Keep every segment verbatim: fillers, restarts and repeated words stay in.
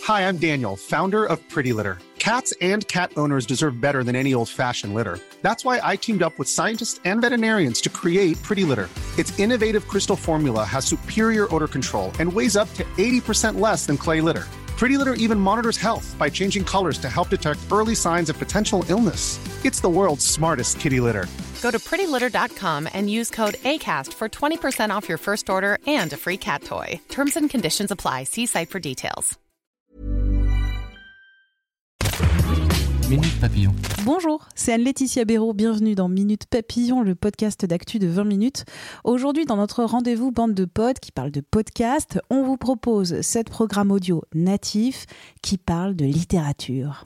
Hi, I'm Daniel, founder of Pretty Litter. Cats and cat owners deserve better than any old-fashioned litter. That's why I teamed up with scientists and veterinarians to create Pretty Litter. Its innovative crystal formula has superior odor control and weighs up to eighty percent less than clay litter. Pretty Litter even monitors health by changing colors to help detect early signs of potential illness. It's the world's smartest kitty litter. Go to pretty litter dot com and use code ACAST for twenty percent off your first order and a free cat toy. Terms and conditions apply. See site for details. Minute Papillon. Bonjour, c'est Anne-Laetitia Béraud. Bienvenue dans Minute Papillon, le podcast d'actu de vingt minutes. Aujourd'hui, dans notre rendez-vous bande de potes qui parle de podcast, on vous propose sept programmes audio natifs qui parlent de littérature.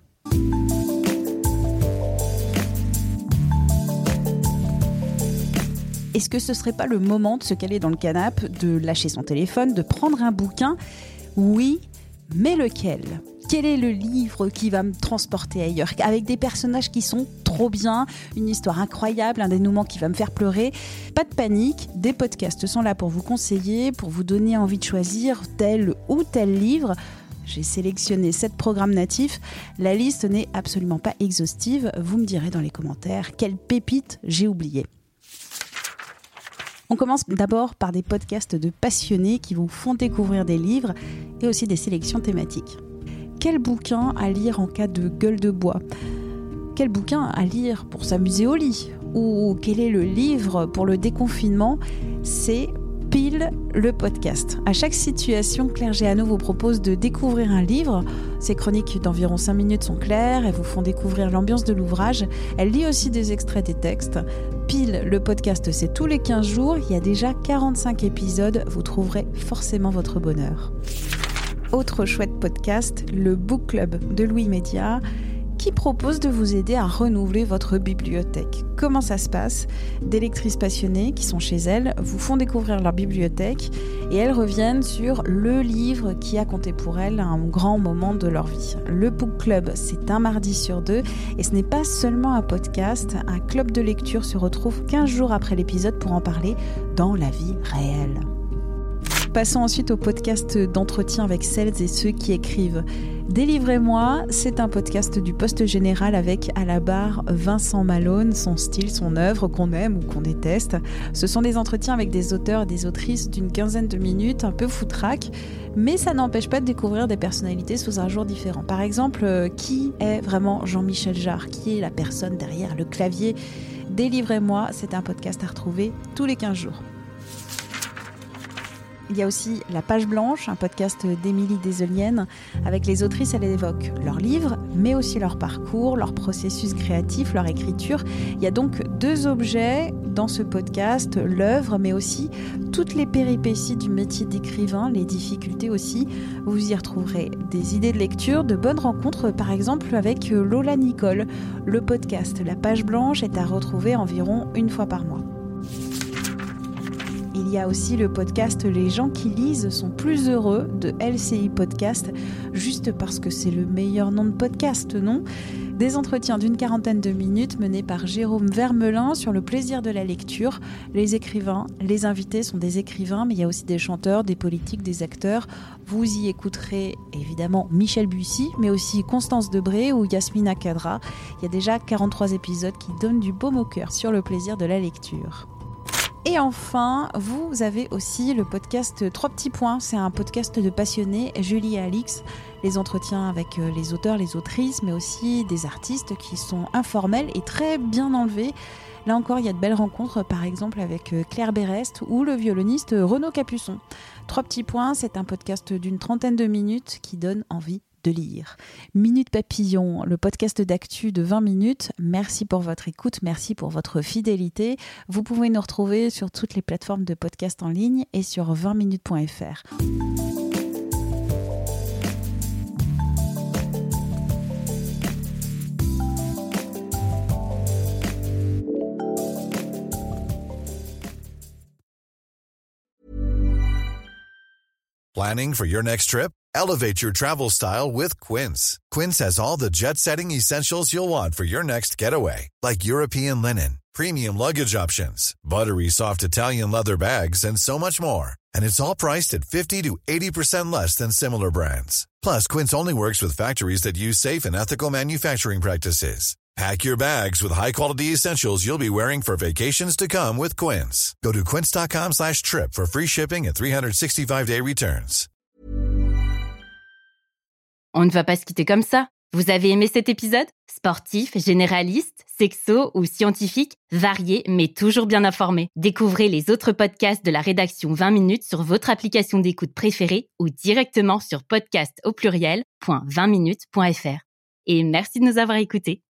Est-ce que ce serait pas le moment de se caler dans le canapé, de lâcher son téléphone, de prendre un bouquin ? Oui, mais lequel ? Quel est le livre qui va me transporter ailleurs, avec des personnages qui sont trop bien, une histoire incroyable, un dénouement qui va me faire pleurer ? Pas de panique, des podcasts sont là pour vous conseiller, pour vous donner envie de choisir tel ou tel livre. J'ai sélectionné sept programmes natifs. La liste n'est absolument pas exhaustive. Vous me direz dans les commentaires quelle pépite j'ai oubliée. On commence d'abord par des podcasts de passionnés qui vous font découvrir des livres et aussi des sélections thématiques. Quel bouquin à lire en cas de gueule de bois ? Quel bouquin à lire pour s'amuser au lit ? Ou quel est le livre pour le déconfinement ? C'est Pile le podcast. À chaque situation, Claire Géano vous propose de découvrir un livre. Ses chroniques d'environ cinq minutes sont claires, elles vous font découvrir l'ambiance de l'ouvrage. Elle lit aussi des extraits des textes. Pile le podcast, c'est tous les quinze jours. Il y a déjà quarante-cinq épisodes. Vous trouverez forcément votre bonheur. Autre chouette podcast, le Book Club de Louis Média, qui propose de vous aider à renouveler votre bibliothèque. Comment ça se passe ? Des lectrices passionnées qui sont chez elles vous font découvrir leur bibliothèque et elles reviennent sur le livre qui a compté pour elles à un grand moment de leur vie. Le Book Club, c'est un mardi sur deux et ce n'est pas seulement un podcast, un club de lecture se retrouve quinze jours après l'épisode pour en parler dans la vie réelle. Passons ensuite au podcast d'entretien avec celles et ceux qui écrivent. Délivrez-moi, c'est un podcast du Poste Général avec à la barre Vincent Malone, son style, son œuvre qu'on aime ou qu'on déteste. Ce sont des entretiens avec des auteurs et des autrices d'une quinzaine de minutes, un peu foutraque, mais ça n'empêche pas de découvrir des personnalités sous un jour différent. Par exemple, qui est vraiment Jean-Michel Jarre ? Qui est la personne derrière le clavier ? Délivrez-moi, c'est un podcast à retrouver tous les quinze jours. Il y a aussi La Page Blanche, un podcast d'Émilie Deselienne. Avec les autrices, elle évoque leurs livres, mais aussi leur parcours, leur processus créatif, leur écriture. Il y a donc deux objets dans ce podcast, l'œuvre, mais aussi toutes les péripéties du métier d'écrivain, les difficultés aussi. Vous y retrouverez des idées de lecture, de bonnes rencontres, par exemple avec Lola Nicole. Le podcast La Page Blanche est à retrouver environ une fois par mois. Il y a aussi le podcast Les gens qui lisent sont plus heureux de L C I Podcast, juste parce que c'est le meilleur nom de podcast, non ? Des entretiens d'une quarantaine de minutes menés par Jérôme Vermelin sur le plaisir de la lecture. Les écrivains, les invités sont des écrivains, mais il y a aussi des chanteurs, des politiques, des acteurs. Vous y écouterez évidemment Michel Bussy, mais aussi Constance Debré ou Yasmina Kadra. Il y a déjà quarante-trois épisodes qui donnent du baume au cœur sur le plaisir de la lecture. Et enfin, vous avez aussi le podcast Trois petits points. C'est un podcast de passionnés, Julie et Alix. Les entretiens avec les auteurs, les autrices, mais aussi des artistes qui sont informels et très bien enlevés. Là encore, il y a de belles rencontres, par exemple avec Claire Berest ou le violoniste Renaud Capuçon. Trois petits points, c'est un podcast d'une trentaine de minutes qui donne envie de lire. Minute Papillon, le podcast d'actu de vingt minutes. Merci pour votre écoute, merci pour votre fidélité. Vous pouvez nous retrouver sur toutes les plateformes de podcast en ligne et sur vingt minutes point f r. Planning for your next trip? Elevate your travel style with Quince. Quince has all the jet-setting essentials you'll want for your next getaway, like European linen, premium luggage options, buttery soft Italian leather bags, and so much more. And it's all priced at fifty to eighty percent less than similar brands. Plus, Quince only works with factories that use safe and ethical manufacturing practices. Pack your bags with high-quality essentials you'll be wearing for vacations to come with Quince. Go to quince.com slash trip for free shipping and three sixty-five day returns. On ne va pas se quitter comme ça. Vous avez aimé cet épisode ? Sportif, généraliste, sexo ou scientifique, varié mais toujours bien informé. Découvrez les autres podcasts de la rédaction vingt minutes sur votre application d'écoute préférée ou directement sur podcast au pluriel point vingt minutes point f r. Et merci de nous avoir écoutés.